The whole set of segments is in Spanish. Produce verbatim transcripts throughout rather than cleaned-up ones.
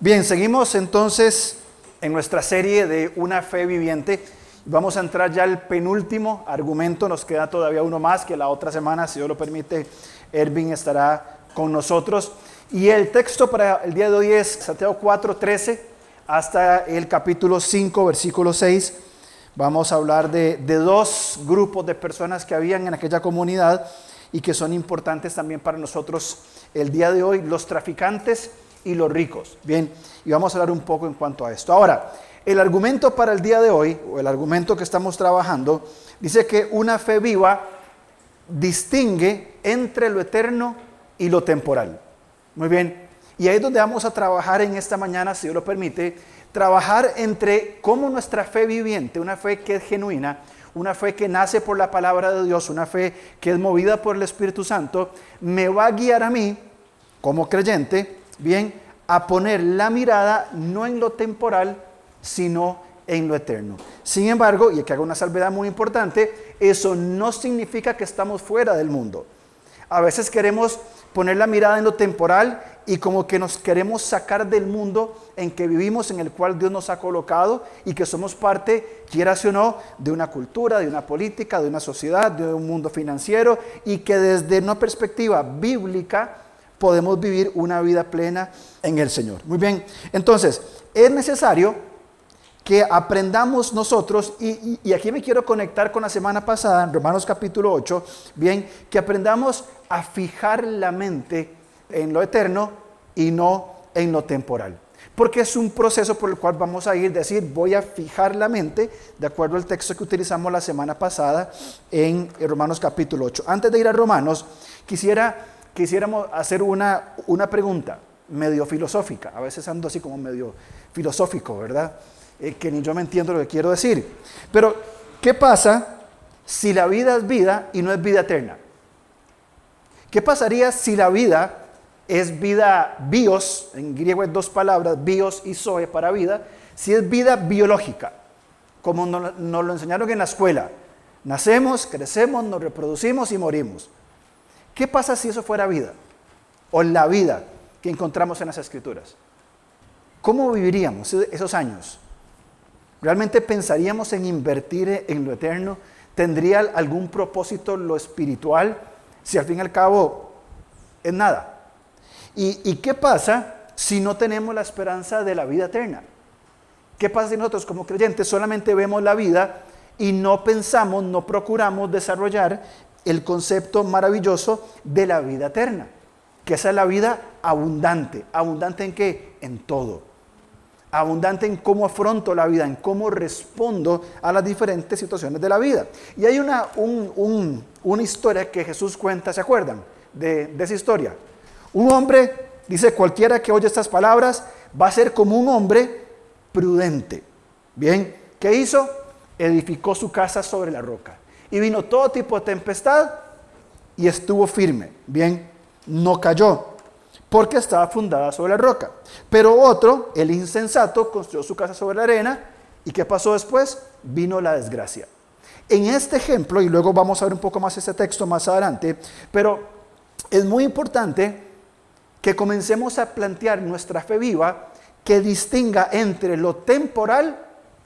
Bien, seguimos entonces en nuestra serie de Una Fe Viviente. Vamos a entrar ya al penúltimo argumento. Nos queda todavía uno más que la otra semana, si Dios lo permite, Ervin estará con nosotros. Y el texto para el día de hoy es Santiago cuatro, trece hasta el capítulo cinco, versículo seis. Vamos a hablar de, de dos grupos de personas que habían en aquella comunidad y que son importantes también para nosotros el día de hoy: los traficantes y los ricos. Bien, y vamos a hablar un poco en cuanto a esto. Ahora, el argumento para el día de hoy, o el argumento que estamos trabajando, dice que una fe viva distingue entre lo eterno y lo temporal. Muy bien, y ahí es donde vamos a trabajar en esta mañana, si Dios lo permite, trabajar entre cómo nuestra fe viviente, una fe que es genuina, una fe que nace por la palabra de Dios, una fe que es movida por el Espíritu Santo, me va a guiar a mí, como creyente, bien, a poner la mirada no en lo temporal, sino en lo eterno. Sin embargo, y aquí hago una salvedad muy importante, eso no significa que estamos fuera del mundo. A veces queremos poner la mirada en lo temporal y como que nos queremos sacar del mundo en que vivimos, en el cual Dios nos ha colocado y que somos parte, quieras o no, de una cultura, de una política, de una sociedad, de un mundo financiero, y que desde una perspectiva bíblica podemos vivir una vida plena en el Señor. Muy bien, entonces es necesario que aprendamos nosotros, y, y, y aquí me quiero conectar con la semana pasada, en Romanos capítulo ocho, bien, que aprendamos a fijar la mente en lo eterno y no en lo temporal. Porque es un proceso por el cual vamos a ir, decir, voy a fijar la mente, de acuerdo al texto que utilizamos la semana pasada en Romanos capítulo ocho. Antes de ir a Romanos, quisiera... Quisiéramos hacer una, una pregunta medio filosófica. A veces ando así como medio filosófico, ¿verdad? Eh, que ni yo me entiendo lo que quiero decir. Pero, ¿qué pasa si la vida es vida y no es vida eterna? ¿Qué pasaría si la vida es vida bios, en griego es dos palabras, bios y zoe para vida, si es vida biológica, como nos, nos lo enseñaron en la escuela? Nacemos, crecemos, nos reproducimos y morimos. ¿Qué pasa si eso fuera vida? O la vida que encontramos en las Escrituras. ¿Cómo viviríamos esos años? ¿Realmente pensaríamos en invertir en lo eterno? ¿Tendría algún propósito lo espiritual? Si al fin y al cabo es nada. ¿Y, y qué pasa si no tenemos la esperanza de la vida eterna? ¿Qué pasa si nosotros como creyentes solamente vemos la vida y no pensamos, no procuramos desarrollar el concepto maravilloso de la vida eterna? Que esa es la vida abundante. ¿Abundante en qué? En todo. Abundante en cómo afronto la vida, en cómo respondo a las diferentes situaciones de la vida. Y hay una, un, un, una historia que Jesús cuenta, ¿se acuerdan de, de esa historia? Un hombre, dice, cualquiera que oye estas palabras va a ser como un hombre prudente. Bien, ¿qué hizo? Edificó su casa sobre la roca. Y vino todo tipo de tempestad y estuvo firme. Bien, no cayó, porque estaba fundada sobre la roca. Pero otro, el insensato, construyó su casa sobre la arena. ¿Y qué pasó después? Vino la desgracia. En este ejemplo, y luego vamos a ver un poco más este texto más adelante, pero es muy importante que comencemos a plantear nuestra fe viva que distinga entre lo temporal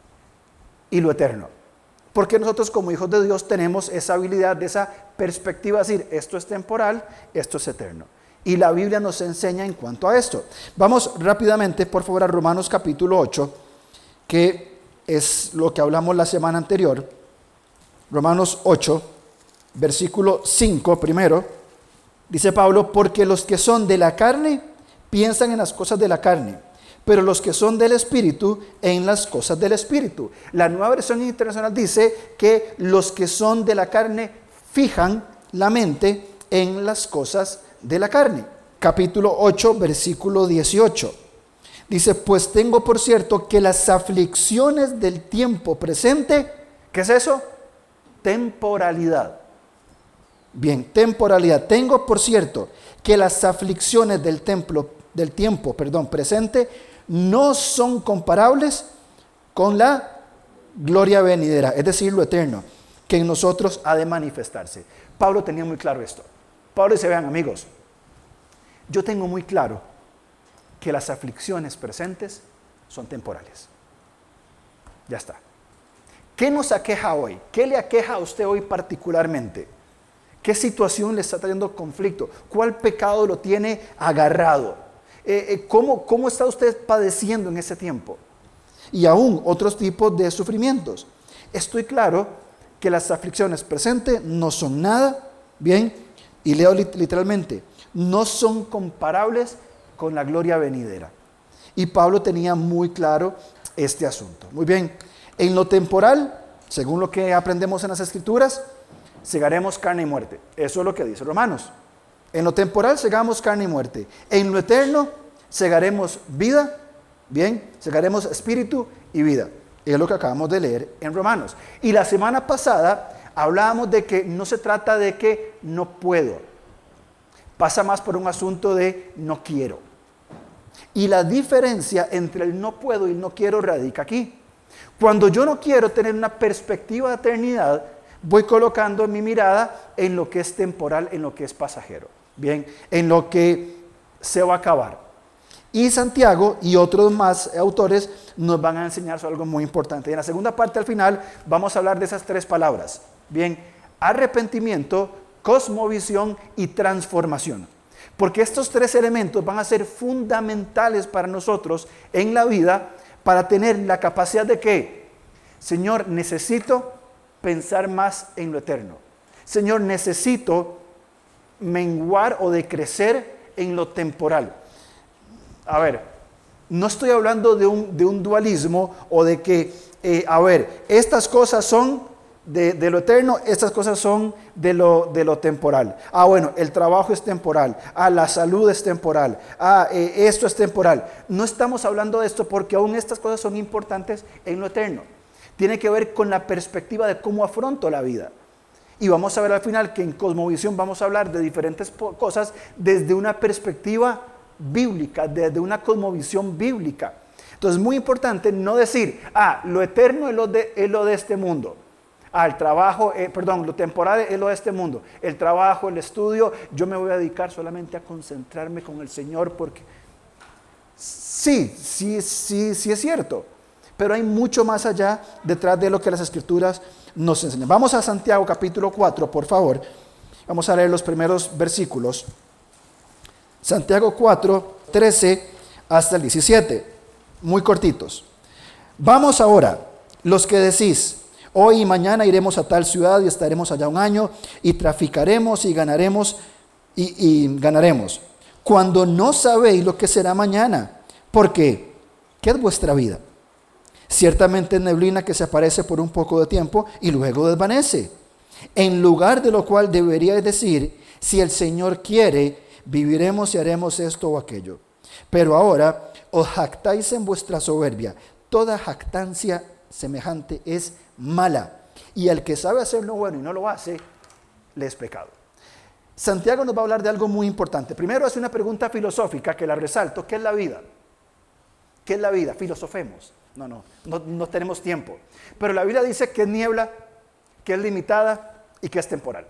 y lo eterno. Porque nosotros como hijos de Dios tenemos esa habilidad, de esa perspectiva, de decir, esto es temporal, esto es eterno. Y la Biblia nos enseña en cuanto a esto. Vamos rápidamente, por favor, a Romanos capítulo ocho, que es lo que hablamos la semana anterior. Romanos ocho, versículo cinco, primero, dice Pablo, porque los que son de la carne piensan en las cosas de la carne, pero los que son del Espíritu, en las cosas del Espíritu. La Nueva Versión Internacional dice que los que son de la carne fijan la mente en las cosas de la carne. Capítulo ocho, versículo dieciocho. Dice, pues tengo por cierto que las aflicciones del tiempo presente, ¿qué es eso? Temporalidad. Bien, temporalidad. Tengo por cierto que las aflicciones del templo, del tiempo, perdón, presente, no son comparables con la gloria venidera, es decir, lo eterno, que en nosotros ha de manifestarse. Pablo tenía muy claro esto. Pablo dice, vean amigos, yo tengo muy claro que que las aflicciones presentes son temporales. Ya está. ¿Qué nos aqueja hoy? ¿Qué le aqueja a usted hoy particularmente? ¿Qué situación le está trayendo conflicto? ¿Cuál pecado lo tiene agarrado? Eh, eh, ¿cómo, ¿Cómo está usted padeciendo en ese tiempo? Y aún otros tipos de sufrimientos. Estoy claro que las aflicciones presentes no son nada, bien, y leo literalmente, no son comparables con la gloria venidera. Y Pablo tenía muy claro este asunto. Muy bien, en lo temporal, según lo que aprendemos en las Escrituras, segaremos carne y muerte. Eso es lo que dice Romanos. En lo temporal segamos carne y muerte. En lo eterno segaremos vida, bien, segaremos espíritu y vida. Es lo que acabamos de leer en Romanos. Y la semana pasada hablábamos de que no se trata de que no puedo. Pasa más por un asunto de no quiero. Y la diferencia entre el no puedo y el no quiero radica aquí. Cuando yo no quiero tener una perspectiva de eternidad, voy colocando mi mirada en lo que es temporal, en lo que es pasajero. Bien, en lo que se va a acabar. Y Santiago y otros más autores nos van a enseñar sobre algo muy importante. Y en la segunda parte, al final, vamos a hablar de esas tres palabras. Bien, arrepentimiento, cosmovisión y transformación. Porque estos tres elementos van a ser fundamentales para nosotros en la vida para tener la capacidad de que, Señor, necesito pensar más en lo eterno. Señor, necesito menguar o decrecer en lo temporal. A ver, no estoy hablando de un, de un dualismo o de que, eh, a ver, estas cosas son de, de lo eterno, estas cosas son de lo, de lo temporal. Ah, bueno, el trabajo es temporal. Ah, la salud es temporal. Ah, eh, esto es temporal. No estamos hablando de esto porque aún estas cosas son importantes en lo eterno. Tiene que ver con la perspectiva de cómo afronto la vida. Y vamos a ver al final que en Cosmovisión vamos a hablar de diferentes cosas desde una perspectiva bíblica, desde una cosmovisión bíblica. Entonces es muy importante no decir, ah, lo eterno es lo de, es lo de este mundo. Ah, el trabajo, eh, perdón, lo temporal es lo de este mundo. El trabajo, el estudio, yo me voy a dedicar solamente a concentrarme con el Señor porque sí, sí, sí, sí es cierto. Pero hay mucho más allá detrás de lo que las Escrituras nos enseñan. Vamos a Santiago capítulo cuatro, por favor. Vamos a leer los primeros versículos. Santiago cuatro, trece hasta el diecisiete. Muy cortitos. Vamos ahora, los que decís, hoy y mañana iremos a tal ciudad y estaremos allá un año y traficaremos y ganaremos y, y ganaremos. Cuando no sabéis lo que será mañana. ¿Por qué? ¿Qué es vuestra vida? Ciertamente es neblina que se aparece por un poco de tiempo y luego desvanece. En lugar de lo cual deberíais decir, si el Señor quiere, viviremos y haremos esto o aquello. Pero ahora os jactáis en vuestra soberbia. Toda jactancia semejante es mala. Y el que sabe hacer lo bueno y no lo hace, le es pecado. Santiago nos va a hablar de algo muy importante. Primero hace una pregunta filosófica que la resalto. ¿Qué es la vida? ¿Qué es la vida? Filosofemos. No, no, no, no tenemos tiempo. Pero la Biblia dice que es niebla, que es limitada y que es temporal.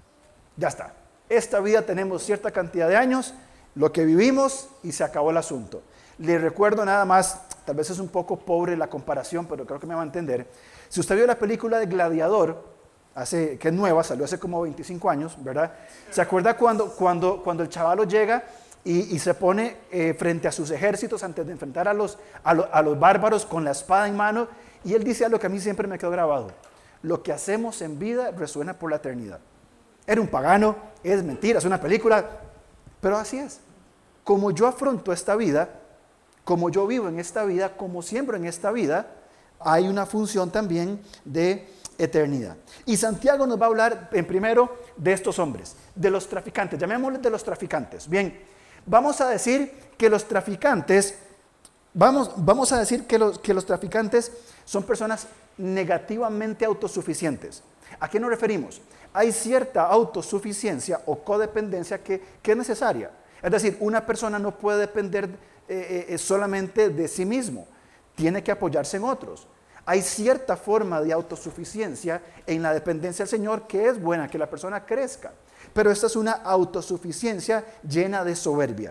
Ya está. Esta vida tenemos cierta cantidad de años, lo que vivimos y se acabó el asunto. Les recuerdo nada más, tal vez es un poco pobre la comparación, pero creo que me va a entender. Si usted vio la película de Gladiador, hace, que es nueva, salió hace como veinticinco años, ¿verdad? ¿Se acuerda cuando, cuando, cuando el chavalo llega y, y se pone eh, frente a sus ejércitos antes de enfrentar a los, a, lo, a los bárbaros con la espada en mano? Y él dice algo que a mí siempre me quedó grabado. Lo que hacemos en vida resuena por la eternidad. Era un pagano, es mentira, es una película, pero así es. Como yo afronto esta vida, como yo vivo en esta vida, como siembro en esta vida, hay una función también de eternidad. Y Santiago nos va a hablar en primero de estos hombres, de los traficantes, llamémosles de los traficantes. Bien, vamos a decir que los traficantes, vamos, vamos a decir que los, que los traficantes son personas negativamente autosuficientes. ¿A qué nos referimos? Hay cierta autosuficiencia o codependencia que, que es necesaria. Es decir, una persona no puede depender eh, eh, solamente de sí mismo, tiene que apoyarse en otros. Hay cierta forma de autosuficiencia en la dependencia del Señor que es buena, que la persona crezca. Pero esta es una autosuficiencia llena de soberbia.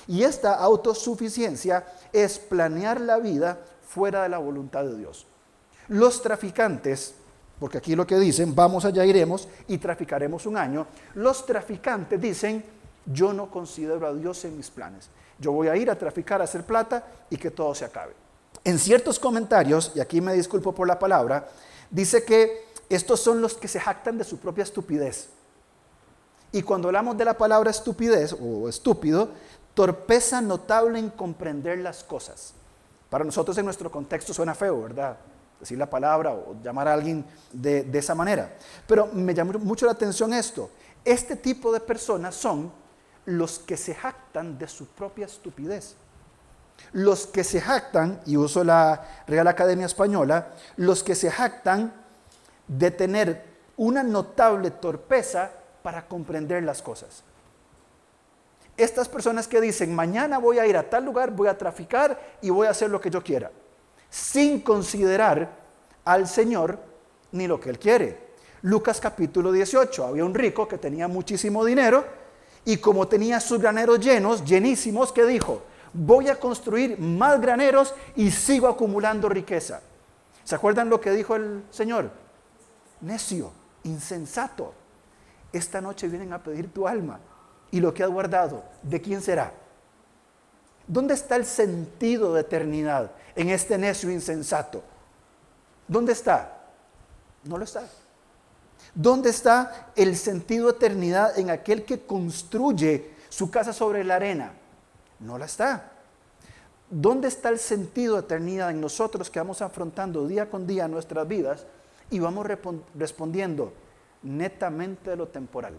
Y esta autosuficiencia es planear la vida fuera de la voluntad de Dios. Los traficantes, porque aquí lo que dicen, vamos allá iremos y traficaremos un año. Los traficantes dicen, yo no considero a Dios en mis planes. Yo voy a ir a traficar, a hacer plata y que todo se acabe. En ciertos comentarios, y aquí me disculpo por la palabra, dice que estos son los que se jactan de su propia estupidez. Y cuando hablamos de la palabra estupidez o estúpido, torpeza notable en comprender las cosas. Para nosotros en nuestro contexto suena feo, ¿verdad? Decir la palabra o llamar a alguien de, de esa manera. Pero me llamó mucho la atención esto. Este tipo de personas son los que se jactan de su propia estupidez. Los que se jactan, y uso la Real Academia Española, los que se jactan de tener una notable torpeza para comprender las cosas. Estas personas que dicen, mañana voy a ir a tal lugar, voy a traficar y voy a hacer lo que yo quiera, sin considerar al Señor ni lo que Él quiere. Lucas capítulo dieciocho, había un rico que tenía muchísimo dinero y como tenía sus graneros llenos, llenísimos, ¿qué dijo? Voy a construir más graneros y sigo acumulando riqueza. ¿Se acuerdan lo que dijo el Señor? Necio, insensato, esta noche vienen a pedir tu alma y lo que has guardado, ¿de quién será? ¿Dónde está el sentido de eternidad en este necio insensato? ¿Dónde está? No lo está. ¿Dónde está el sentido de eternidad en aquel que construye su casa sobre la arena? No la está. ¿Dónde está el sentido de eternidad en nosotros que vamos afrontando día con día nuestras vidas y vamos respondiendo netamente de lo temporal,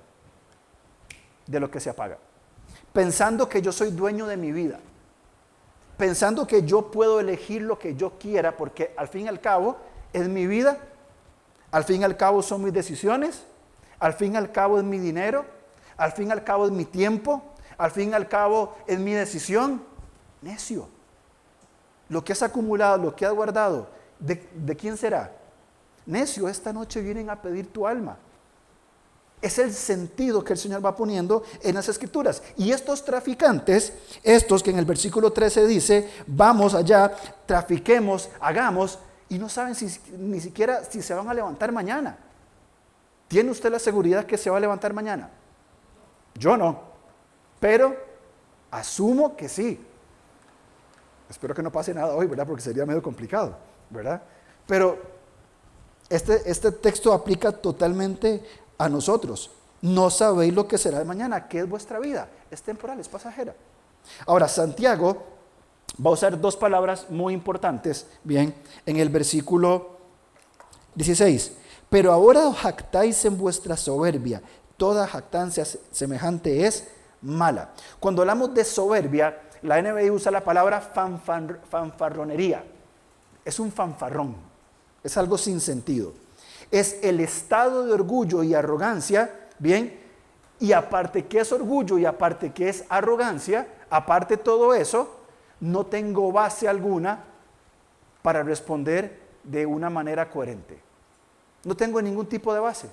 de lo que se apaga? Pensando que yo soy dueño de mi vida, pensando que yo puedo elegir lo que yo quiera, porque al fin y al cabo es mi vida, al fin y al cabo son mis decisiones, al fin y al cabo es mi dinero, al fin y al cabo es mi tiempo, al fin y al cabo es mi decisión. Necio. Lo que has acumulado, lo que has guardado, ¿de, de quién será? Necio, esta noche vienen a pedir tu alma. Es el sentido que el Señor va poniendo en las Escrituras. Y estos traficantes, estos que en el versículo trece dice, vamos allá, trafiquemos, hagamos, y no saben si, ni siquiera si se van a levantar mañana. ¿Tiene usted la seguridad que se va a levantar mañana? Yo no, pero asumo que sí. Espero que no pase nada hoy, ¿verdad? Porque sería medio complicado, ¿verdad? Pero este, este texto aplica totalmente a nosotros. No sabéis lo que será de mañana. ¿Qué es vuestra vida? Es temporal, es pasajera. Ahora, Santiago va a usar dos palabras muy importantes, bien, en el versículo dieciséis. Pero ahora os jactáis en vuestra soberbia. Toda jactancia semejante es mala. Cuando hablamos de soberbia, la N B I usa la palabra fanfar, fanfarronería. Es un fanfarrón. Es algo sin sentido. Es el estado de orgullo y arrogancia, bien, y aparte que es orgullo y aparte que es arrogancia, aparte de todo eso, no tengo base alguna para responder de una manera coherente. No tengo ningún tipo de base.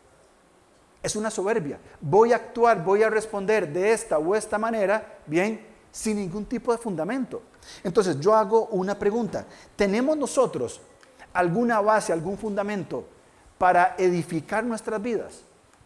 Es una soberbia. Voy a actuar, voy a responder de esta o esta manera, bien, sin ningún tipo de fundamento. Entonces yo hago una pregunta. ¿Tenemos nosotros alguna base, algún fundamento para edificar nuestras vidas?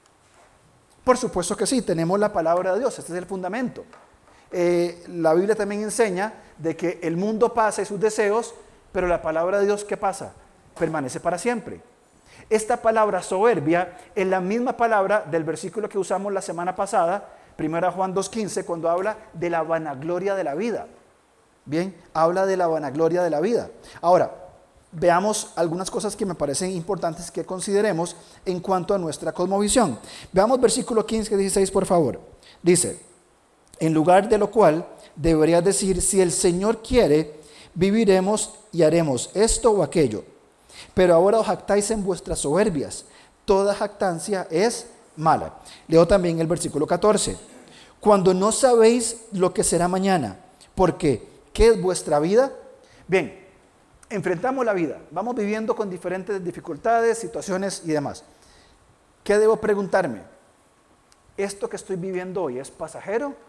Por supuesto que sí, tenemos la palabra de Dios, este es el fundamento. Eh, la Biblia también enseña de que el mundo pasa y sus deseos, pero la palabra de Dios, ¿qué pasa? Permanece para siempre. Esta palabra soberbia es la misma palabra del versículo que usamos la semana pasada, primera Juan dos quince, cuando habla de la vanagloria de la vida. Bien, habla de la vanagloria de la vida. Ahora, veamos algunas cosas que me parecen importantes que consideremos en cuanto a nuestra cosmovisión. Veamos versículo quince y dieciséis, por favor. Dice, en lugar de lo cual deberías decir, si el Señor quiere, viviremos y haremos esto o aquello. Pero ahora os jactáis en vuestras soberbias. Toda jactancia es mala. Leo también el versículo catorce. Cuando no sabéis lo que será mañana, porque ¿qué es vuestra vida? Bien, enfrentamos la vida, vamos viviendo con diferentes dificultades, situaciones y demás. ¿Qué debo preguntarme? ¿Esto que estoy viviendo hoy es pasajero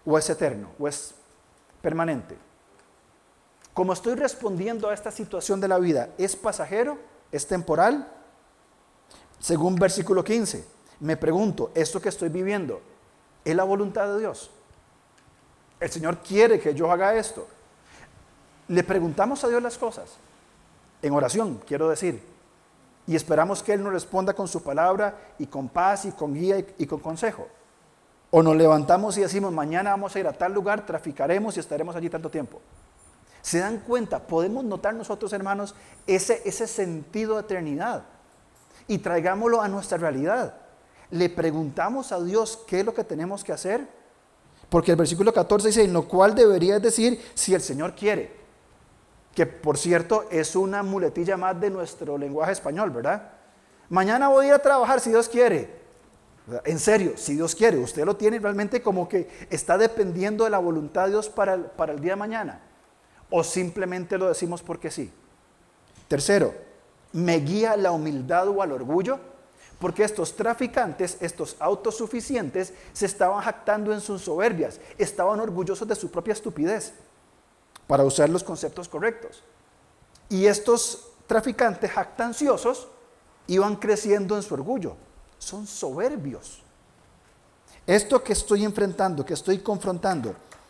o es eterno o es permanente? Como estoy respondiendo a esta situación de la vida, ¿es pasajero? ¿Es temporal? Según versículo quince, me pregunto, ¿esto que estoy viviendo es la voluntad de Dios? ¿El Señor quiere que yo haga esto? Le preguntamos a Dios las cosas, en oración, quiero decir, y esperamos que Él nos responda con su palabra y con paz y con guía y, y con consejo. O nos levantamos y decimos, mañana vamos a ir a tal lugar, traficaremos y estaremos allí tanto tiempo. ¿Se dan cuenta? Podemos notar nosotros, hermanos, ese, ese sentido de eternidad y traigámoslo a nuestra realidad. Le preguntamos a Dios qué es lo que tenemos que hacer, porque el versículo catorce dice, en lo cual deberías decir, si el Señor quiere, que por cierto es una muletilla más de nuestro lenguaje español, ¿verdad? Mañana voy a ir a trabajar si Dios quiere. En serio, si Dios quiere, usted lo tiene realmente como que está dependiendo de la voluntad de Dios para el, para el día de mañana, o simplemente lo decimos porque sí. Tercero, ¿me guía la humildad o al orgullo? Porque estos traficantes, estos autosuficientes, se estaban jactando en sus soberbias, estaban orgullosos de su propia estupidez, para usar los conceptos correctos. Y estos traficantes jactanciosos iban creciendo en su orgullo, son soberbios. Esto que estoy enfrentando, que estoy confrontando,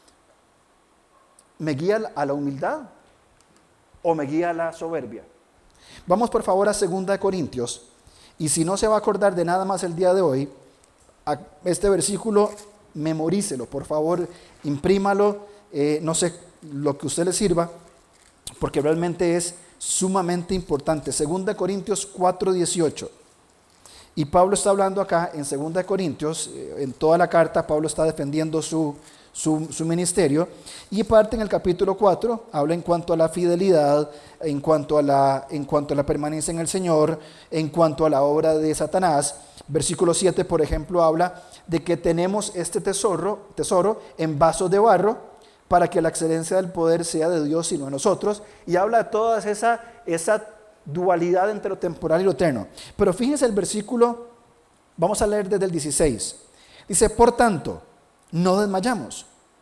¿me guía a la humildad o me guía a la soberbia? Vamos por favor a segunda de Corintios, y si no se va a acordar de nada más el día de hoy, a este versículo memorícelo, por favor, imprímalo, eh, no sé lo que a usted le sirva, porque realmente es sumamente importante. segunda de Corintios cuatro dieciocho. Y Pablo está hablando acá en segunda de Corintios, eh, en toda la carta Pablo está defendiendo su Su, su ministerio, y parte en el capítulo cuatro, habla en cuanto a la fidelidad, en cuanto a la, en cuanto a la permanencia en el Señor, en cuanto a la obra de Satanás. Versículo siete, por ejemplo, habla de que tenemos este tesoro, tesoro en vasos de barro, para que la excelencia del poder sea de Dios y no de nosotros, y habla de toda esa, esa dualidad entre lo temporal y lo eterno. Pero fíjense el versículo, vamos a leer desde el dieciséis, dice, por tanto, no desmayamos.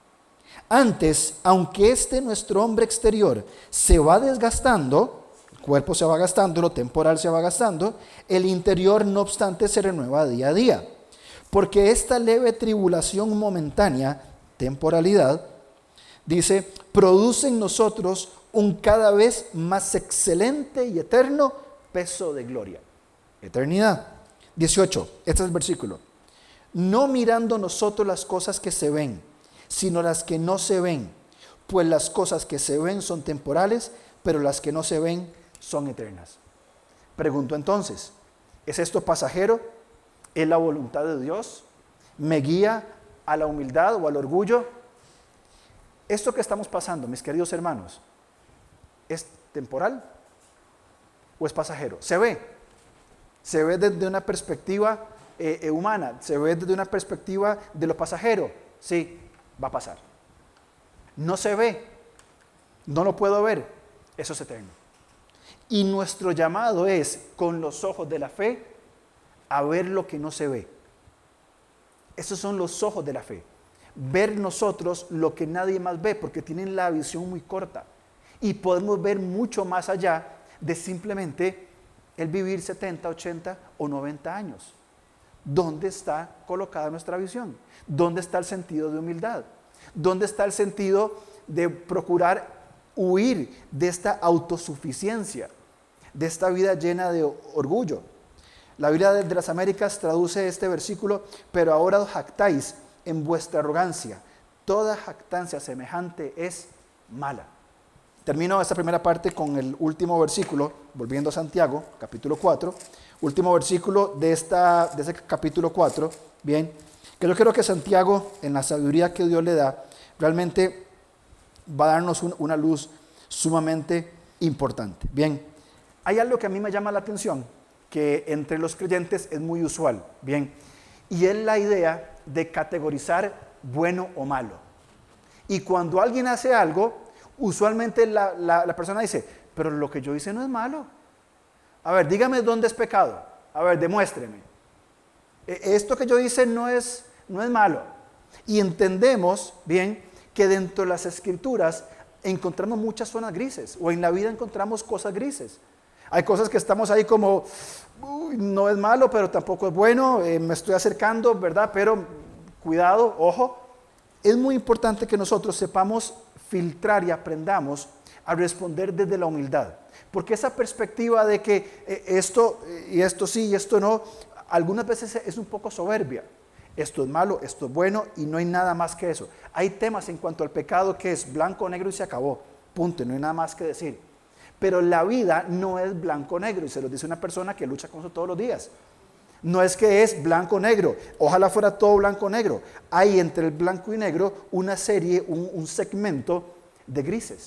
Antes, aunque este nuestro hombre exterior se va desgastando, el cuerpo se va gastando, lo temporal se va gastando, el interior no obstante se renueva día a día. Porque esta leve tribulación momentánea, temporalidad, dice, produce en nosotros un cada vez más excelente y eterno peso de gloria. Eternidad. dieciocho, este es el versículo. No mirando nosotros las cosas que se ven, sino las que no se ven, pues las cosas que se ven son temporales, pero las que no se ven son eternas. Pregunto entonces, ¿es esto pasajero? ¿Es la voluntad de Dios? ¿Me guía a la humildad o al orgullo? Esto que estamos pasando, mis queridos hermanos, ¿es temporal o es pasajero? Se ve, se ve desde una perspectiva Eh, eh, humana, se ve desde una perspectiva de lo pasajero, sí, va a pasar. No se ve, no lo puedo ver, eso es eterno. Y nuestro llamado es, con los ojos de la fe, a ver lo que no se ve. Esos son los ojos de la fe. Ver nosotros lo que nadie más ve, porque tienen la visión muy corta. Y podemos ver mucho más allá de simplemente el vivir setenta, ochenta o noventa años. ¿Dónde está colocada nuestra visión? ¿Dónde está el sentido de humildad? ¿Dónde está el sentido de procurar huir de esta autosuficiencia, de esta vida llena de orgullo? La Biblia de las Américas traduce este versículo, pero ahora os jactáis en vuestra arrogancia. Toda jactancia semejante es mala. Termino esta primera parte con el último versículo, volviendo a Santiago, capítulo cuatro. Último versículo de, esta, de ese capítulo cuatro, bien, que yo creo que Santiago, en la sabiduría que Dios le da, realmente va a darnos un, una luz sumamente importante. Bien, hay algo que a mí me llama la atención, que entre los creyentes es muy usual, bien, y es la idea de categorizar bueno o malo. Y cuando alguien hace algo, usualmente la, la, la persona dice, pero lo que yo hice no es malo. A ver, dígame dónde es pecado. A ver, demuéstreme. Esto que yo hice no es, no es malo. Y entendemos, bien, que dentro de las Escrituras encontramos muchas zonas grises, o en la vida encontramos cosas grises. Hay cosas que estamos ahí como, uy, no es malo, pero tampoco es bueno, eh, me estoy acercando, ¿verdad? Pero cuidado, ojo. Es muy importante que nosotros sepamos filtrar y aprendamos a responder desde la humildad. Porque esa perspectiva de que eh, esto y esto sí y esto no, algunas veces es un poco soberbia. Esto es malo, esto es bueno y no hay nada más que eso. Hay temas en cuanto al pecado que es blanco o negro y se acabó. Punto, no hay nada más que decir. Pero la vida no es blanco o negro y se lo dice una persona que lucha con eso todos los días. No es que es blanco o negro, ojalá fuera todo blanco o negro. Hay entre el blanco y negro una serie, un, un segmento de grises.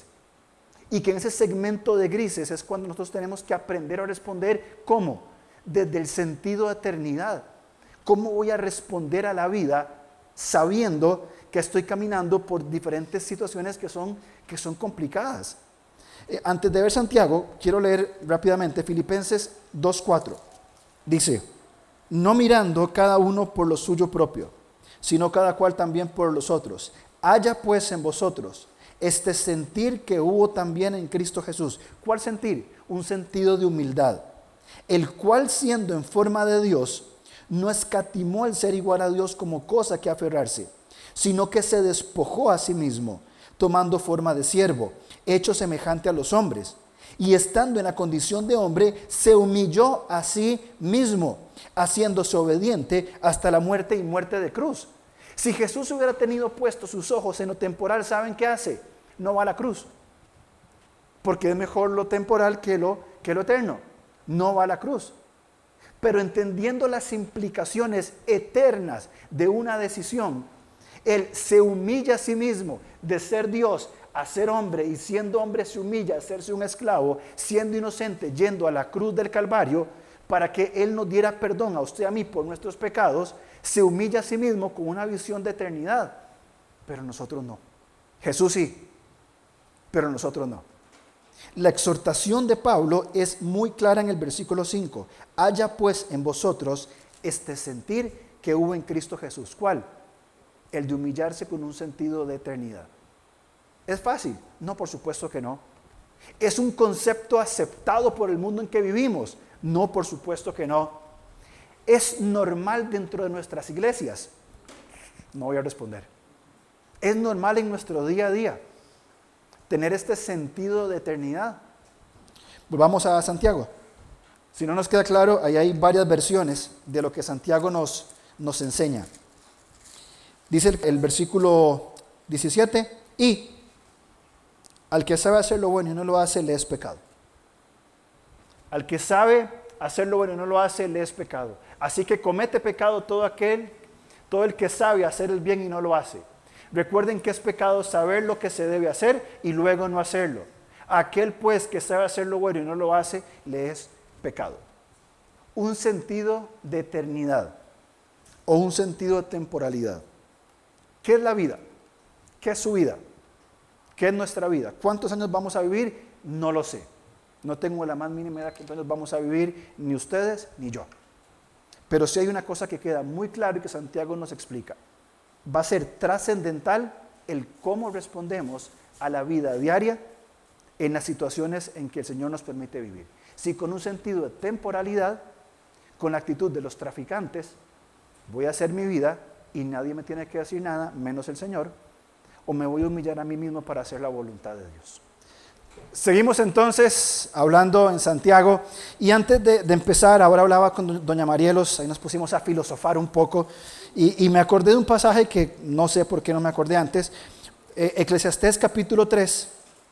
Y que en ese segmento de grises es cuando nosotros tenemos que aprender a responder. ¿Cómo? Desde el sentido de eternidad. ¿Cómo voy a responder a la vida sabiendo que estoy caminando por diferentes situaciones que son, que son complicadas? Eh, antes de ver Santiago, quiero leer rápidamente Filipenses dos cuatro. Dice: no mirando cada uno por lo suyo propio, sino cada cual también por los otros. Haya pues en vosotros este sentir que hubo también en Cristo Jesús. ¿Cuál sentir? Un sentido de humildad, el cual siendo en forma de Dios, no escatimó el ser igual a Dios como cosa que aferrarse, sino que se despojó a sí mismo, tomando forma de siervo, hecho semejante a los hombres. Y estando en la condición de hombre, se humilló a sí mismo, haciéndose obediente hasta la muerte y muerte de cruz. Si Jesús hubiera tenido puestos sus ojos en lo temporal, ¿saben qué hace? No va a la cruz. Porque es mejor lo temporal que lo, que lo eterno. No va a la cruz. Pero entendiendo las implicaciones eternas de una decisión, Él se humilla a sí mismo de ser Dios a ser hombre, y siendo hombre se humilla a hacerse un esclavo, siendo inocente, yendo a la cruz del Calvario, para que Él nos diera perdón a usted y a mí por nuestros pecados. Se humilla a sí mismo con una visión de eternidad, pero nosotros no. Jesús sí, pero nosotros no. La exhortación de Pablo es muy clara en el versículo cinco. Haya pues en vosotros este sentir que hubo en Cristo Jesús. ¿Cuál? El de humillarse con un sentido de eternidad. ¿Es fácil? No, por supuesto que no. ¿Es un concepto aceptado por el mundo en que vivimos? No, por supuesto que no. ¿Es normal dentro de nuestras iglesias? No voy a responder. ¿Es normal en nuestro día a día tener este sentido de eternidad? Volvamos a Santiago. Si no nos queda claro, ahí hay varias versiones de lo que Santiago nos, nos enseña. Dice el, el versículo diecisiete, y al que sabe hacer lo bueno y no lo hace, le es pecado. Al que sabe hacer lo bueno y no lo hace, le es pecado. Así que comete pecado todo aquel, todo el que sabe hacer el bien y no lo hace. Recuerden que es pecado saber lo que se debe hacer y luego no hacerlo. Aquel pues que sabe hacer lo bueno y no lo hace, le es pecado. Un sentido de eternidad o un sentido de temporalidad. ¿Qué es la vida? ¿Qué es su vida? ¿Qué es nuestra vida? ¿Cuántos años vamos a vivir? No lo sé. No tengo la más mínima idea de cuántos años vamos a vivir, ni ustedes ni yo. Pero sí hay una cosa que queda muy claro y que Santiago nos explica. Va a ser trascendental el cómo respondemos a la vida diaria en las situaciones en que el Señor nos permite vivir. Si con un sentido de temporalidad, con la actitud de los traficantes, voy a hacer mi vida y nadie me tiene que decir nada, menos el Señor, o me voy a humillar a mí mismo para hacer la voluntad de Dios. Seguimos entonces hablando en Santiago, y antes de, de empezar, ahora hablaba con doña Marielos, ahí nos pusimos a filosofar un poco, y, y me acordé de un pasaje que no sé por qué no me acordé antes, eh, Eclesiastés capítulo tres,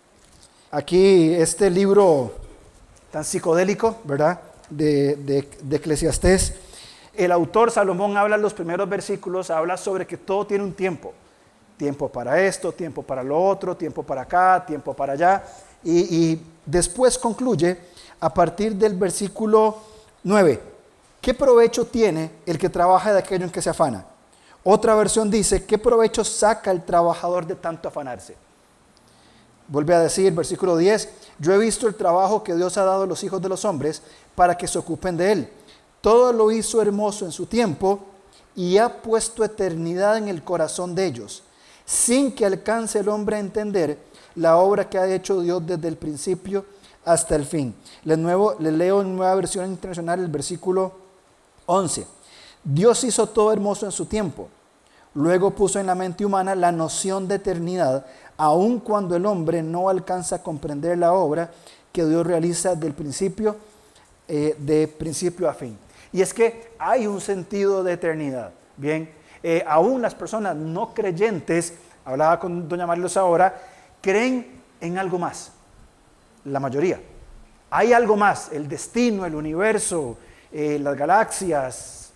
aquí este libro tan psicodélico, ¿verdad?, de, de, de Eclesiastés. El autor Salomón habla en los primeros versículos, habla sobre que todo tiene un tiempo. Tiempo para esto, tiempo para lo otro, tiempo para acá, tiempo para allá. Y, y después concluye a partir del versículo nueve. ¿Qué provecho tiene el que trabaja de aquello en que se afana? Otra versión dice, ¿qué provecho saca el trabajador de tanto afanarse? Vuelve a decir, versículo diez, yo he visto el trabajo que Dios ha dado a los hijos de los hombres para que se ocupen de él. Todo lo hizo hermoso en su tiempo, y ha puesto eternidad en el corazón de ellos, sin que alcance el hombre a entender la obra que ha hecho Dios desde el principio hasta el fin. Les, nuevo, les leo en Nueva Versión Internacional el versículo once. Dios hizo todo hermoso en su tiempo. Luego puso en la mente humana la noción de eternidad, aun cuando el hombre no alcanza a comprender la obra que Dios realiza del principio, eh, de principio a fin. Y es que hay un sentido de eternidad. Bien, eh, aún las personas no creyentes, hablaba con doña Marilos ahora, creen en algo más. La mayoría. Hay algo más, el destino, el universo, eh, las galaxias,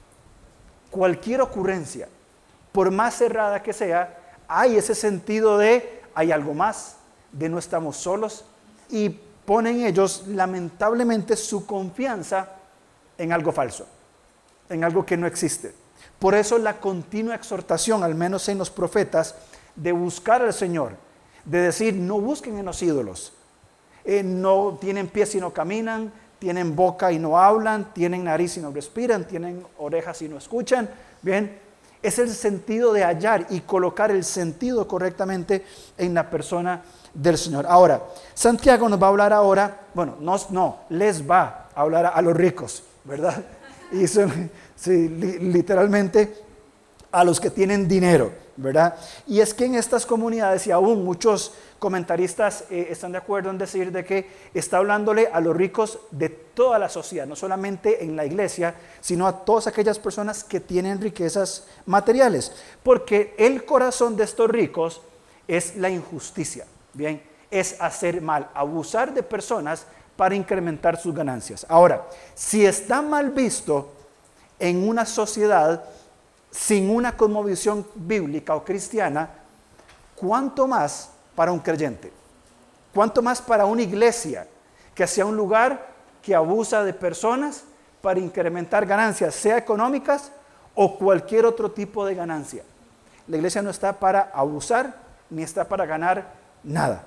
cualquier ocurrencia, por más cerrada que sea, hay ese sentido de hay algo más, de no estamos solos, y ponen ellos lamentablemente su confianza en algo falso, en algo que no existe. Por eso la continua exhortación, al menos en los profetas, de buscar al Señor, de decir no busquen en los ídolos, eh, no tienen pies y no caminan, tienen boca y no hablan, tienen nariz y no respiran, tienen orejas y no escuchan. Bien, es el sentido de hallar y colocar el sentido correctamente en la persona del Señor. Ahora, Santiago nos va a hablar ahora, bueno, no, no les va a hablar a, a los ricos, ¿verdad? Y son, sí, li, literalmente a los que tienen dinero, ¿verdad? Y es que en estas comunidades, y aún muchos comentaristas eh, están de acuerdo en decir de que está hablándole a los ricos de toda la sociedad, no solamente en la iglesia, sino a todas aquellas personas que tienen riquezas materiales, porque el corazón de estos ricos es la injusticia, bien, es hacer mal, abusar de personas para incrementar sus ganancias. Ahora, si está mal visto en una sociedad sin una cosmovisión bíblica o cristiana, ¿cuánto más para un creyente? ¿Cuánto más para una iglesia que sea un lugar que abusa de personas para incrementar ganancias, sea económicas o cualquier otro tipo de ganancia? La iglesia no está para abusar ni está para ganar nada.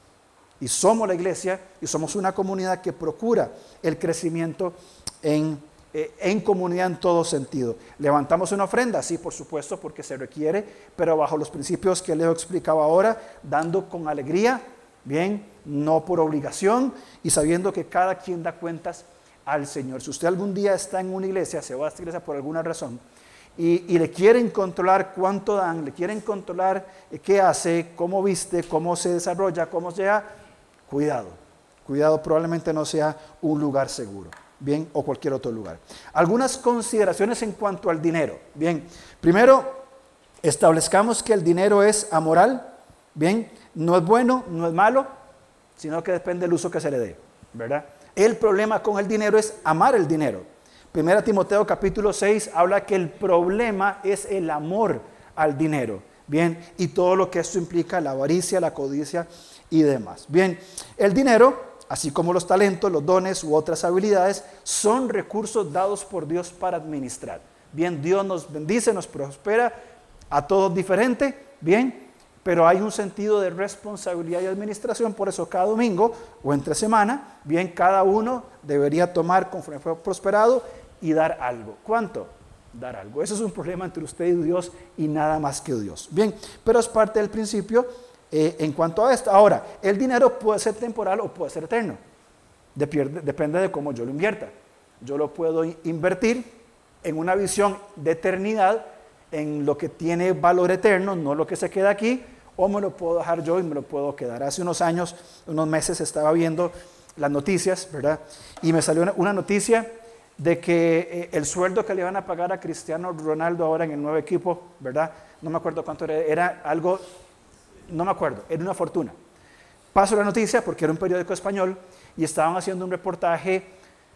Y somos la iglesia y somos una comunidad que procura el crecimiento en, eh, en comunidad en todo sentido. ¿Levantamos una ofrenda? Sí, por supuesto, porque se requiere, pero bajo los principios que Leo explicaba ahora, dando con alegría, bien, no por obligación y sabiendo que cada quien da cuentas al Señor. Si usted algún día está en una iglesia, se va a esta iglesia por alguna razón, Y, y le quieren controlar cuánto dan, le quieren controlar eh, qué hace, cómo viste, cómo se desarrolla, cómo sea, cuidado, cuidado, probablemente no sea un lugar seguro, bien, o cualquier otro lugar. Algunas consideraciones en cuanto al dinero, bien, primero, establezcamos que el dinero es amoral, bien, no es bueno, no es malo, sino que depende del uso que se le dé, ¿verdad? El problema con el dinero es amar el dinero. Primera Timoteo capítulo seis habla que el problema es el amor al dinero, bien, y todo lo que esto implica, la avaricia, la codicia y demás. Bien, el dinero, así como los talentos, los dones u otras habilidades, son recursos dados por Dios para administrar. Bien, Dios nos bendice, nos prospera, a todos diferente, bien, pero hay un sentido de responsabilidad y administración, por eso cada domingo o entre semana, bien, cada uno debería tomar conforme fue prosperado y dar algo. ¿Cuánto? Dar algo. Eso es un problema entre usted y Dios y nada más que Dios. Bien, pero es parte del principio eh, en cuanto a esto. Ahora, el dinero puede ser temporal o puede ser eterno. Depende, depende de cómo yo lo invierta. Yo lo puedo invertir en una visión de eternidad, en lo que tiene valor eterno, no lo que se queda aquí, o me lo puedo dejar yo y me lo puedo quedar. Hace unos años, unos meses, estaba viendo las noticias, ¿verdad? Y me salió una, una noticia de que eh, el sueldo que le iban a pagar a Cristiano Ronaldo ahora en el nuevo equipo, ¿verdad? No me acuerdo cuánto era, era algo, no me acuerdo, era una fortuna. Paso la noticia porque era un periódico español y estaban haciendo un reportaje,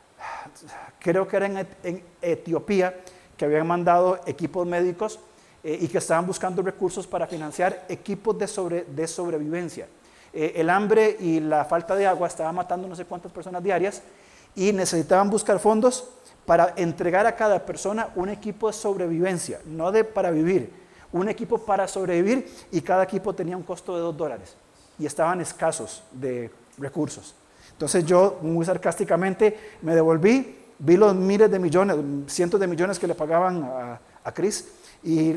creo que era en, en Etiopía, que habían mandado equipos médicos eh, y que estaban buscando recursos para financiar equipos de, sobre, de sobrevivencia. Eh, el hambre y la falta de agua estaban matando no sé cuántas personas diarias y necesitaban buscar fondos para entregar a cada persona un equipo de sobrevivencia, no de para vivir, un equipo para sobrevivir, y cada equipo tenía un costo de dos dólares y estaban escasos de recursos. Entonces yo muy sarcásticamente me devolví, vi los miles de millones, cientos de millones que le pagaban a, a Cris. Y,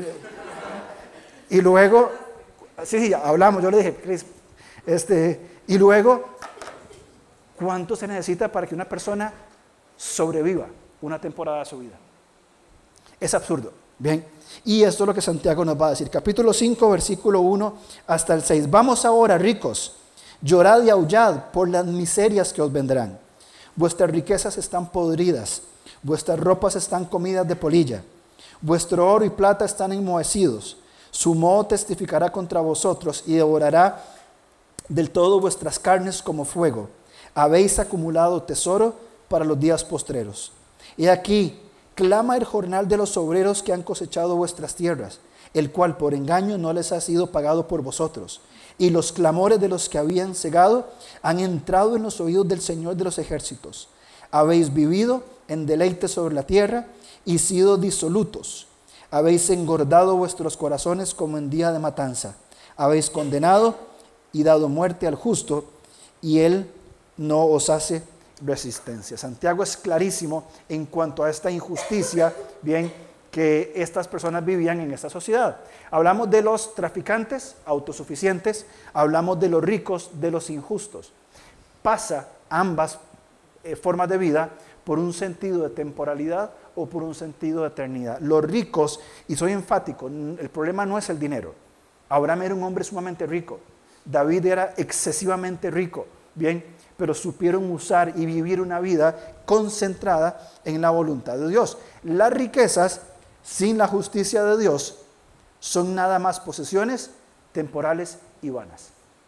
y luego, sí, sí, hablamos, yo le dije, Cris, este, y luego, ¿cuánto se necesita para que una persona sobreviva una temporada de su vida? Es absurdo. Bien, y esto es lo que Santiago nos va a decir. Capítulo cinco, versículo uno hasta el seis. Vamos ahora, ricos, llorad y aullad por las miserias que os vendrán. Vuestras riquezas están podridas, vuestras ropas están comidas de polilla, vuestro oro y plata están enmohecidos. Su moho testificará contra vosotros y devorará del todo vuestras carnes como fuego. Habéis acumulado tesoro para los días postreros. Y aquí clama el jornal de los obreros que han cosechado vuestras tierras, el cual por engaño no les ha sido pagado por vosotros. Y los clamores de los que habían cegado han entrado en los oídos del Señor de los ejércitos. Habéis vivido en deleite sobre la tierra y sido disolutos. Habéis engordado vuestros corazones como en día de matanza. Habéis condenado y dado muerte al justo, y él no os hace resistencia. Santiago es clarísimo en cuanto a esta injusticia, bien, que estas personas vivían en esta sociedad. Hablamos de los traficantes autosuficientes, hablamos de los ricos, de los injustos. Pasa ambas eh, formas de vida por un sentido de temporalidad o por un sentido de eternidad. Los ricos, y soy enfático, el problema no es el dinero. Abraham era un hombre sumamente rico, David era excesivamente rico, bien, pero supieron usar y vivir una vida concentrada en la voluntad de Dios. Las riquezas sin la justicia de Dios son nada más posesiones temporales y vanas.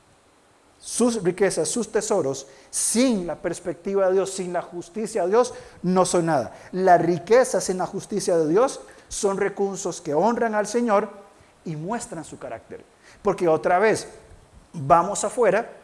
Sus riquezas, sus tesoros, sin la perspectiva de Dios, sin la justicia de Dios, no son nada. Las riquezas en la justicia de Dios son recursos que honran al Señor y muestran su carácter. Porque otra vez, vamos afuera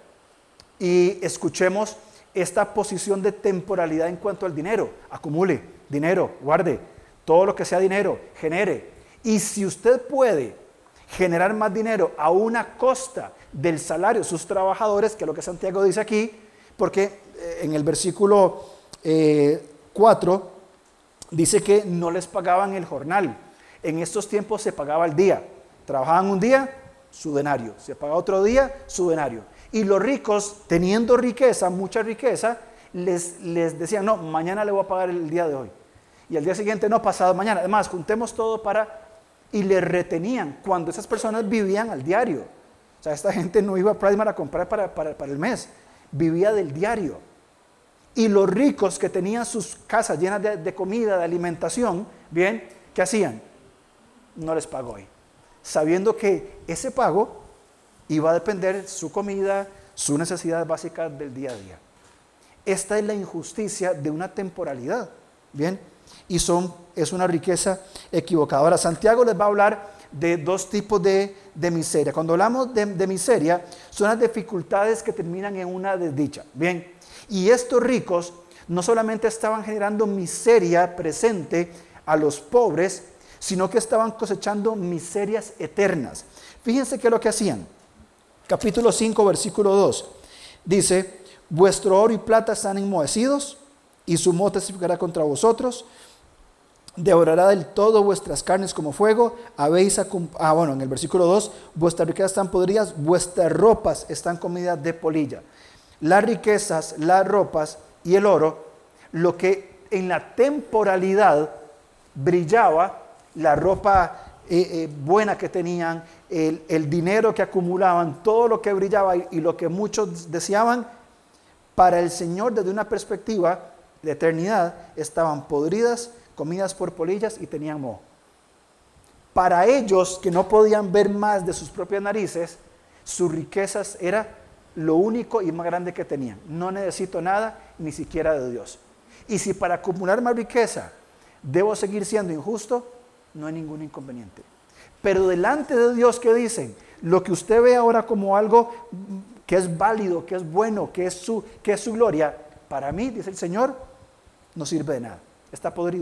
y escuchemos esta posición de temporalidad en cuanto al dinero. Acumule dinero, guarde, todo lo que sea dinero, genere. Y si usted puede generar más dinero a una costa del salario de sus trabajadores, que es lo que Santiago dice aquí, porque en el versículo eh, cuatro dice que no les pagaban el jornal. En estos tiempos se pagaba el día. Trabajaban un día, su denario. Se pagaba otro día, su denario. Y los ricos, teniendo riqueza, mucha riqueza, les, les decían, no, mañana le voy a pagar el día de hoy. Y al día siguiente, no, pasado mañana. Además, juntemos todo para... Y les retenían cuando esas personas vivían al diario. O sea, esta gente no iba a Primark a comprar para, para, para el mes. Vivía del diario. Y los ricos que tenían sus casas llenas de, de comida, de alimentación, bien, ¿qué hacían? No les pagó hoy. Sabiendo que ese pago iba a depender su comida, sus necesidades básicas del día a día. Esta es la injusticia de una temporalidad, ¿bien? Y son, es una riqueza equivocada. Ahora, Santiago les va a hablar de dos tipos de, de miseria. Cuando hablamos de, de miseria, son las dificultades que terminan en una desdicha, ¿bien? Y estos ricos no solamente estaban generando miseria presente a los pobres, sino que estaban cosechando miserias eternas. Fíjense qué es lo que hacían. Capítulo cinco, versículo dos, dice, vuestro oro y plata están enmohecidos, y su moho testificará contra vosotros, devorará del todo vuestras carnes como fuego, habéis, ah bueno, en el versículo dos, vuestras riquezas están podridas, vuestras ropas están comidas de polilla. Las riquezas, las ropas y el oro, lo que en la temporalidad brillaba, la ropa eh, eh, buena que tenían, el, el dinero que acumulaban, todo lo que brillaba y, y lo que muchos deseaban, para el Señor desde una perspectiva de eternidad, estaban podridas, comidas por polillas y tenían moho. Para ellos que no podían ver más de sus propias narices, sus riquezas era lo único y más grande que tenían. No necesito nada, ni siquiera de Dios. Y si para acumular más riqueza debo seguir siendo injusto, no hay ningún inconveniente. Pero delante de Dios, ¿qué dicen? Lo que usted ve ahora como algo que es válido, que es bueno, que es su, que es su gloria, para mí, dice el Señor, no sirve de nada. Está podrido.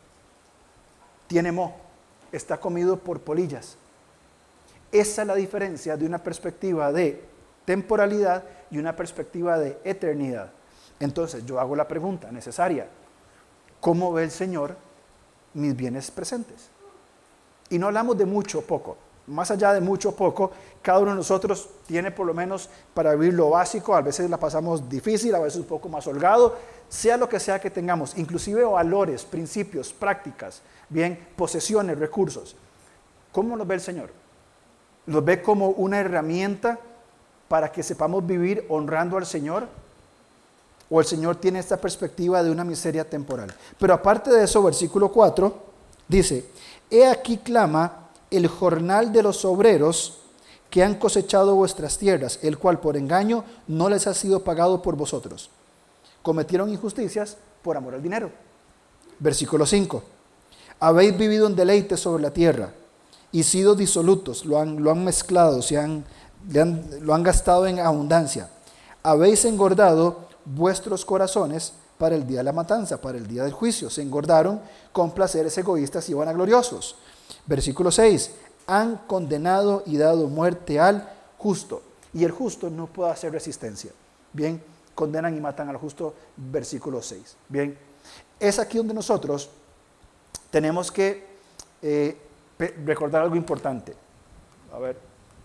Tiene moho. Está comido por polillas. Esa es la diferencia de una perspectiva de temporalidad y una perspectiva de eternidad. Entonces, yo hago la pregunta necesaria. ¿Cómo ve el Señor mis bienes presentes? Y no hablamos de mucho o poco. Más allá de mucho o poco, cada uno de nosotros tiene por lo menos para vivir lo básico. A veces la pasamos difícil, a veces un poco más holgado. Sea lo que sea que tengamos, inclusive valores, principios, prácticas, bien, posesiones, recursos. ¿Cómo los ve el Señor? ¿Los ve como una herramienta para que sepamos vivir honrando al Señor? ¿O el Señor tiene esta perspectiva de una miseria temporal? Pero aparte de eso, versículo cuatro dice: he aquí clama el jornal de los obreros que han cosechado vuestras tierras, el cual por engaño no les ha sido pagado por vosotros. Cometieron injusticias por amor al dinero. Versículo cinco. Habéis vivido en deleite sobre la tierra y sido disolutos, lo han, lo han mezclado, se han, han, lo han gastado en abundancia. Habéis engordado vuestros corazones para el día de la matanza, para el día del juicio. Se engordaron con placeres egoístas y vanagloriosos. Versículo seis. Han condenado y dado muerte al justo. Y el justo no puede hacer resistencia. Bien, condenan y matan al justo. Versículo seis. Bien, es aquí donde nosotros tenemos que eh, recordar algo importante. A ver,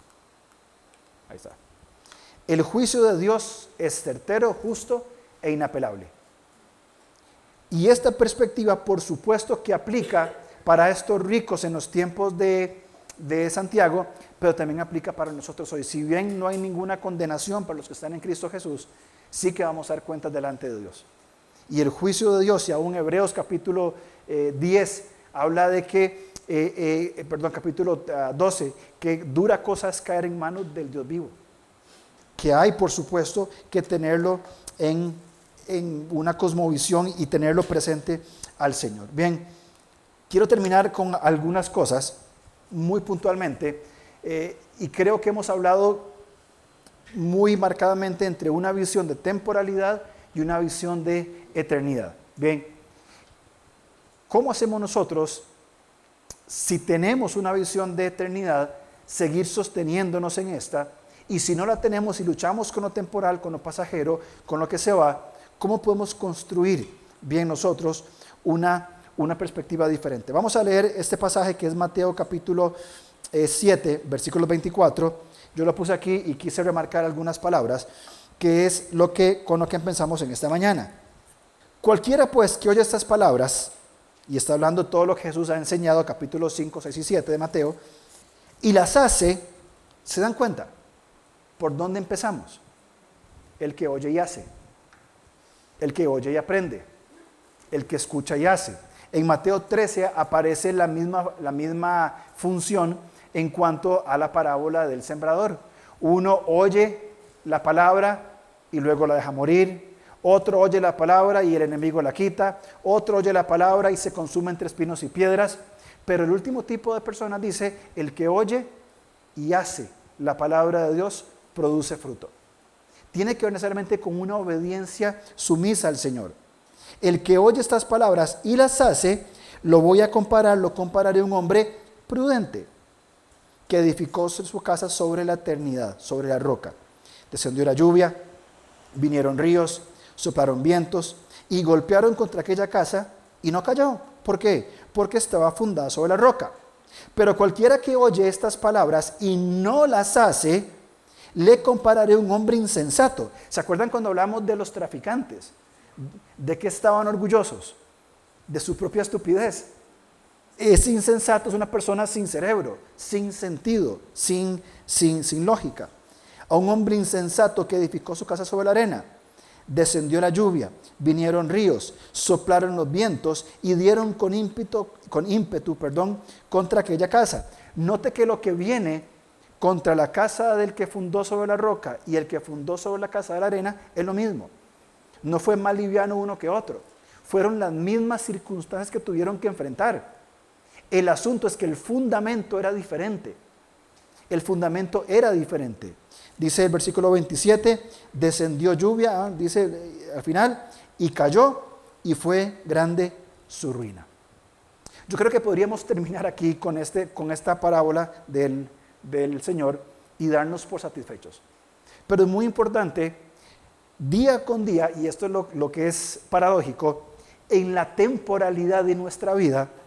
ahí está. El juicio de Dios es certero, justo e inapelable. Y esta perspectiva, por supuesto, que aplica para estos ricos en los tiempos de, de Santiago, pero también aplica para nosotros hoy. Si bien no hay ninguna condenación para los que están en Cristo Jesús, sí que vamos a dar cuentas delante de Dios. Y el juicio de Dios, y aún Hebreos capítulo eh, diez, habla de que, eh, eh, perdón, capítulo uh, doce, que dura cosa es caer en manos del Dios vivo. Que hay, por supuesto, que tenerlo en, en una cosmovisión y tenerlo presente al Señor. Bien, quiero terminar con algunas cosas muy puntualmente, eh, y creo que hemos hablado muy marcadamente entre una visión de temporalidad y una visión de eternidad. Bien, ¿cómo hacemos nosotros, si tenemos una visión de eternidad, seguir sosteniéndonos en esta? Y si no la tenemos y luchamos con lo temporal, con lo pasajero, con lo que se va, ¿cómo podemos construir bien nosotros una, una perspectiva diferente? Vamos a leer este pasaje que es Mateo capítulo eh, siete, versículo veinticuatro. Yo lo puse aquí y quise remarcar algunas palabras, que es lo que, con lo que empezamos en esta mañana. Cualquiera pues que oye estas palabras, y está hablando todo lo que Jesús ha enseñado, capítulos cinco, seis y siete de Mateo, y las hace, ¿se dan cuenta? ¿Por dónde empezamos? El que oye y hace. El que oye y aprende. El que escucha y hace. En Mateo trece aparece la misma, la misma función en cuanto a la parábola del sembrador. Uno oye la palabra y luego la deja morir. Otro oye la palabra y el enemigo la quita. Otro oye la palabra y se consume entre espinos y piedras. Pero el último tipo de persona dice, el que oye y hace la palabra de Dios produce fruto. Tiene que ver necesariamente con una obediencia sumisa al Señor. El que oye estas palabras y las hace, lo voy a comparar, lo compararé a un hombre prudente, que edificó su casa sobre la eternidad, sobre la roca. Descendió la lluvia, vinieron ríos, soplaron vientos y golpearon contra aquella casa y no cayó. ¿Por qué? Porque estaba fundada sobre la roca. Pero cualquiera que oye estas palabras y no las hace, le compararé a un hombre insensato. ¿Se acuerdan cuando hablamos de los traficantes? ¿De qué estaban orgullosos? De su propia estupidez. Ese insensato es una persona sin cerebro, sin sentido, sin, sin, sin lógica. A un hombre insensato que edificó su casa sobre la arena. Descendió la lluvia, vinieron ríos, soplaron los vientos y dieron con ímpetu, con ímpetu, perdón, contra aquella casa. Note que lo que viene contra la casa del que fundó sobre la roca y el que fundó sobre la casa de la arena es lo mismo. No fue más liviano uno que otro. Fueron las mismas circunstancias que tuvieron que enfrentar. El asunto es que el fundamento era diferente. El fundamento era diferente. Dice el versículo veintisiete, descendió lluvia, dice al final, y cayó, y fue grande su ruina. Yo creo que podríamos terminar aquí con, este, con esta parábola del, del Señor y darnos por satisfechos. Pero es muy importante, día con día, y esto es lo, lo que es paradójico, en la temporalidad de nuestra vida,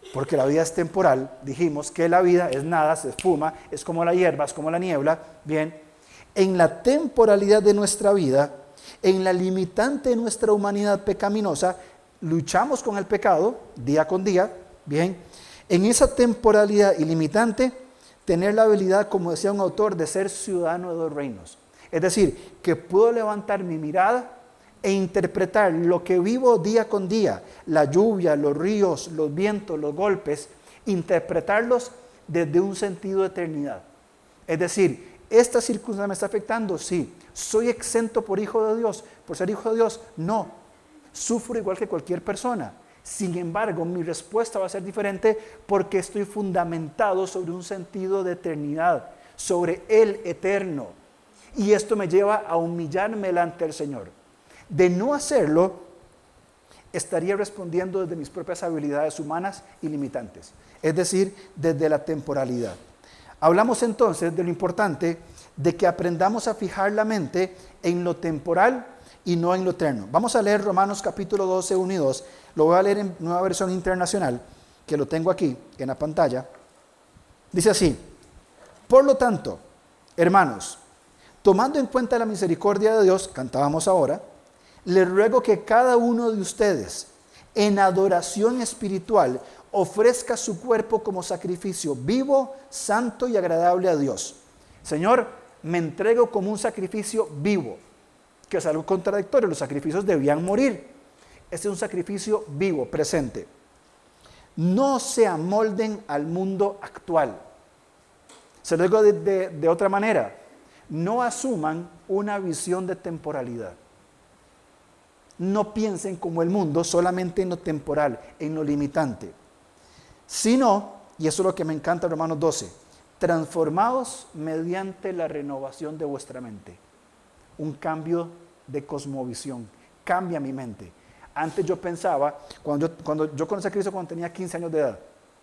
porque la vida es temporal. Dijimos que la vida es nada, se esfuma, es como la hierba, es como la niebla. Bien, en la temporalidad de nuestra vida, en la limitante de nuestra humanidad pecaminosa, luchamos con el pecado día con día. Bien, en esa temporalidad ilimitante, tener la habilidad, como decía un autor, de ser ciudadano de dos reinos. Es decir, que puedo levantar mi mirada e interpretar lo que vivo día con día, la lluvia, los ríos, los vientos, los golpes, interpretarlos desde un sentido de eternidad. Es decir, ¿esta circunstancia me está afectando? Sí. ¿Soy exento por hijo de Dios? ¿Por ser hijo de Dios? No. Sufro igual que cualquier persona. Sin embargo, mi respuesta va a ser diferente porque estoy fundamentado sobre un sentido de eternidad, sobre el eterno. Y esto me lleva a humillarme delante del Señor. De no hacerlo, estaría respondiendo desde mis propias habilidades humanas y limitantes, es decir, desde la temporalidad. Hablamos entonces de lo importante de que aprendamos a fijar la mente en lo temporal y no en lo eterno. Vamos a leer Romanos capítulo doce, uno y dos. Lo voy a leer en Nueva Versión Internacional, que lo tengo aquí en la pantalla. Dice así: por lo tanto, hermanos, tomando en cuenta la misericordia de Dios, cantábamos ahora, les ruego que cada uno de ustedes, en adoración espiritual, ofrezca su cuerpo como sacrificio vivo, santo y agradable a Dios. Señor, me entrego como un sacrificio vivo, que es algo contradictorio. Los sacrificios debían morir. Este es un sacrificio vivo, presente. No se amolden al mundo actual. Se lo digo de, de, de otra manera. No asuman una visión de temporalidad. No piensen como el mundo solamente en lo temporal, en lo limitante. Sino, y eso es lo que me encanta en Romanos doce, transformados mediante la renovación de vuestra mente. Un cambio de cosmovisión. Cambia mi mente. Antes yo pensaba, cuando yo, cuando yo conocí a Cristo cuando tenía quince años de edad,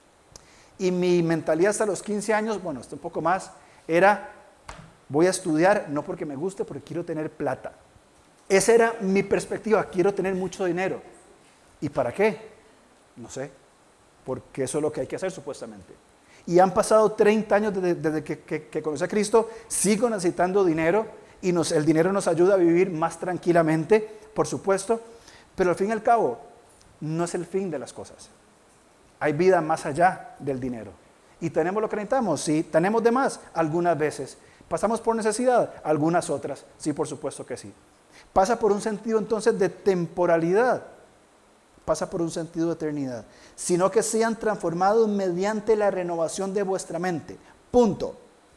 y mi mentalidad hasta los quince años, bueno, hasta un poco más, era: voy a estudiar no porque me guste, porque quiero tener plata. Esa era mi perspectiva: quiero tener mucho dinero. ¿Y para qué? No sé, porque eso es lo que hay que hacer supuestamente. Y han pasado treinta años desde, desde que, que, que conocí a Cristo, sigo necesitando dinero, y nos, el dinero nos ayuda a vivir más tranquilamente, por supuesto, pero al fin y al cabo, no es el fin de las cosas. Hay vida más allá del dinero. ¿Y tenemos lo que necesitamos? Sí. ¿Tenemos de más? Algunas veces. ¿Pasamos por necesidad? Algunas otras. Sí, por supuesto que sí. Pasa por un sentido entonces de temporalidad. Pasa por un sentido de eternidad. Sino que sean transformados mediante la renovación de vuestra mente. Punto.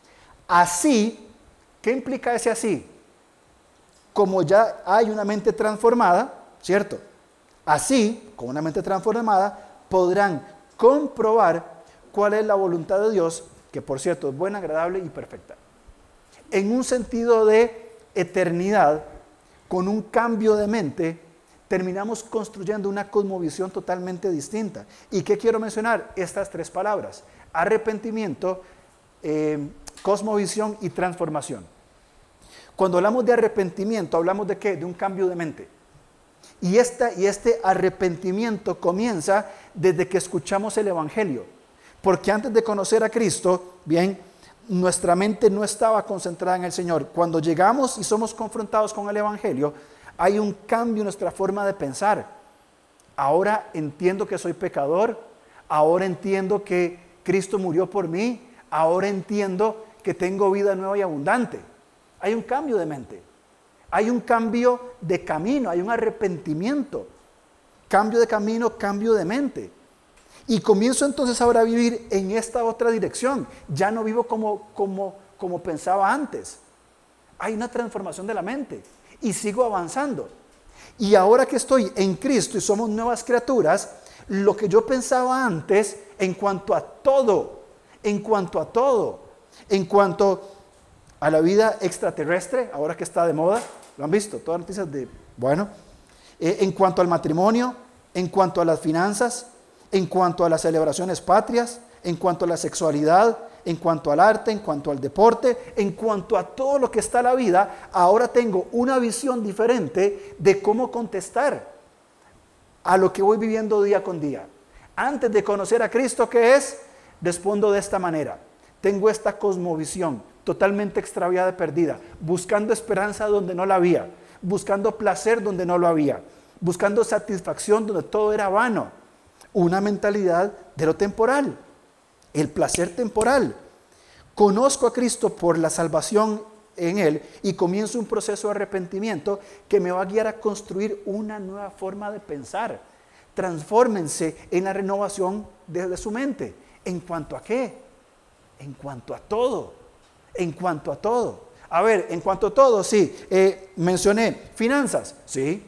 Así, ¿qué implica ese así? Como ya hay una mente transformada, ¿cierto? Así, con una mente transformada, podrán comprobar cuál es la voluntad de Dios, que por cierto es buena, agradable y perfecta. En un sentido de eternidad, con un cambio de mente, terminamos construyendo una cosmovisión totalmente distinta. ¿Y qué quiero mencionar? Estas tres palabras: arrepentimiento, eh, cosmovisión y transformación. Cuando hablamos de arrepentimiento, ¿hablamos de qué? De un cambio de mente. Y, esta, y este arrepentimiento comienza desde que escuchamos el Evangelio. Porque antes de conocer a Cristo, bien, nuestra mente no estaba concentrada en el Señor. Cuando llegamos y somos confrontados con el Evangelio, hay un cambio en nuestra forma de pensar. Ahora entiendo que soy pecador. Ahora entiendo que Cristo murió por mí. Ahora entiendo que tengo vida nueva y abundante. Hay un cambio de mente. Hay un cambio de camino, hay un arrepentimiento. Cambio de camino, cambio de mente. Y comienzo entonces ahora a vivir en esta otra dirección. Ya no vivo como, como, como pensaba antes. Hay una transformación de la mente. Y sigo avanzando. Y ahora que estoy en Cristo y somos nuevas criaturas, lo que yo pensaba antes en cuanto a todo, en cuanto a todo, en cuanto a la vida extraterrestre, ahora que está de moda, ¿lo han visto? Todas las noticias de, bueno, eh, en cuanto al matrimonio, en cuanto a las finanzas, en cuanto a las celebraciones patrias, en cuanto a la sexualidad, en cuanto al arte, en cuanto al deporte, en cuanto a todo lo que está en la vida, ahora tengo una visión diferente de cómo contestar a lo que voy viviendo día con día. Antes de conocer a Cristo, ¿qué es? Respondo de esta manera. Tengo esta cosmovisión totalmente extraviada y perdida, buscando esperanza donde no la había, buscando placer donde no lo había, buscando satisfacción donde todo era vano. Una mentalidad de lo temporal, el placer temporal. Conozco a Cristo por la salvación en Él y comienzo un proceso de arrepentimiento que me va a guiar a construir una nueva forma de pensar. Transfórmense en la renovación de, de su mente. ¿En cuanto a qué? En cuanto a todo. En cuanto a todo. A ver, en cuanto a todo, sí. Eh, mencioné finanzas, sí.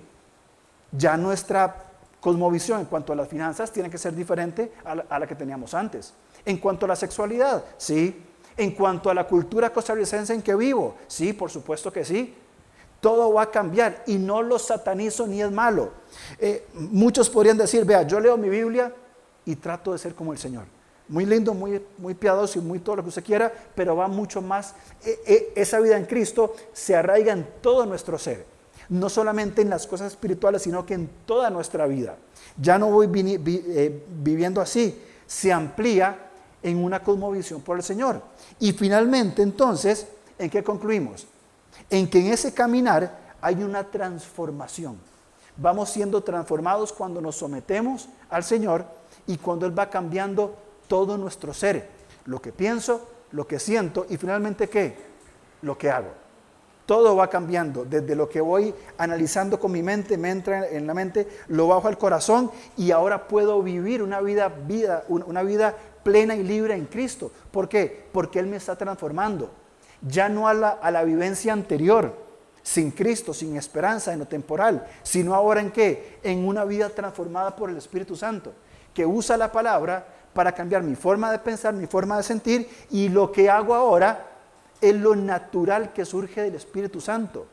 Ya nuestra cosmovisión en cuanto a las finanzas tiene que ser diferente a la, a la que teníamos antes. En cuanto a la sexualidad, sí. En cuanto a la cultura costarricense en que vivo, sí, por supuesto que sí. Todo va a cambiar y no lo satanizo ni es malo. Eh, muchos podrían decir, vea, yo leo mi Biblia y trato de ser como el Señor. Muy lindo, muy, muy piadoso y muy todo lo que usted quiera, pero va mucho más. Eh, eh, esa vida en Cristo se arraiga en todo nuestro ser. No solamente en las cosas espirituales, sino que en toda nuestra vida. Ya no voy vi, vi, eh, viviendo así, se amplía en una cosmovisión por el Señor. Y finalmente, entonces, ¿en qué concluimos? En que en ese caminar hay una transformación. Vamos siendo transformados cuando nos sometemos al Señor y cuando Él va cambiando todo nuestro ser. Lo que pienso, lo que siento y finalmente, ¿qué? Lo que hago. Todo va cambiando, desde lo que voy analizando con mi mente, me entra en la mente, lo bajo al corazón y ahora puedo vivir una vida, vida, una vida plena y libre en Cristo. ¿Por qué? Porque Él me está transformando. Ya no a la, a la vivencia anterior, sin Cristo, sin esperanza en lo temporal, sino ahora en qué? En una vida transformada por el Espíritu Santo, que usa la palabra para cambiar mi forma de pensar, mi forma de sentir, y lo que hago ahora es lo natural que surge del Espíritu Santo.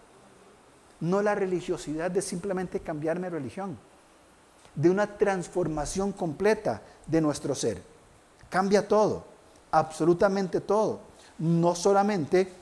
No la religiosidad de simplemente cambiar mi religión, de una transformación completa de nuestro ser. Cambia todo, absolutamente todo. No solamente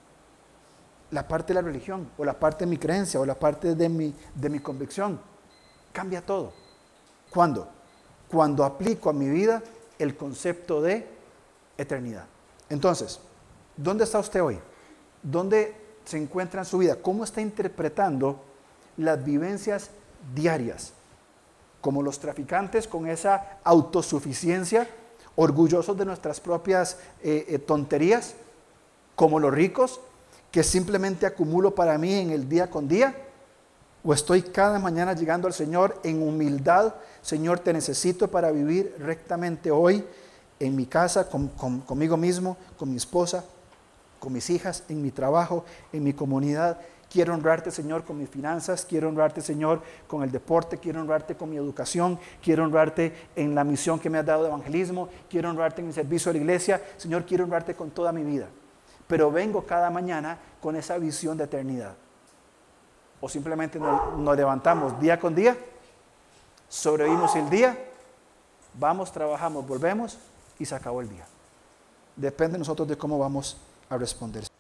la parte de la religión, o la parte de mi creencia, o la parte de mi, de mi convicción. Cambia todo. ¿Cuándo? Cuando aplico a mi vida el concepto de eternidad. Entonces, ¿dónde está usted hoy? ¿Dónde se encuentra en su vida? ¿Cómo está interpretando las vivencias diarias? Como los traficantes con esa autosuficiencia, orgullosos de nuestras propias eh, eh, tonterías, como los ricos, que simplemente acumulo para mí en el día con día, o estoy cada mañana llegando al Señor en humildad. Señor, te necesito para vivir rectamente hoy en mi casa, con, con, conmigo mismo, con mi esposa, con mis hijas, en mi trabajo, en mi comunidad. Quiero honrarte, Señor, con mis finanzas, quiero honrarte, Señor, con el deporte, quiero honrarte con mi educación, quiero honrarte en la misión que me has dado de evangelismo, quiero honrarte en mi servicio a la iglesia. Señor, quiero honrarte con toda mi vida. Pero vengo cada mañana con esa visión de eternidad. O simplemente nos, nos levantamos día con día, sobrevivimos el día, vamos, trabajamos, volvemos y se acabó el día. Depende de nosotros de cómo vamos a responder.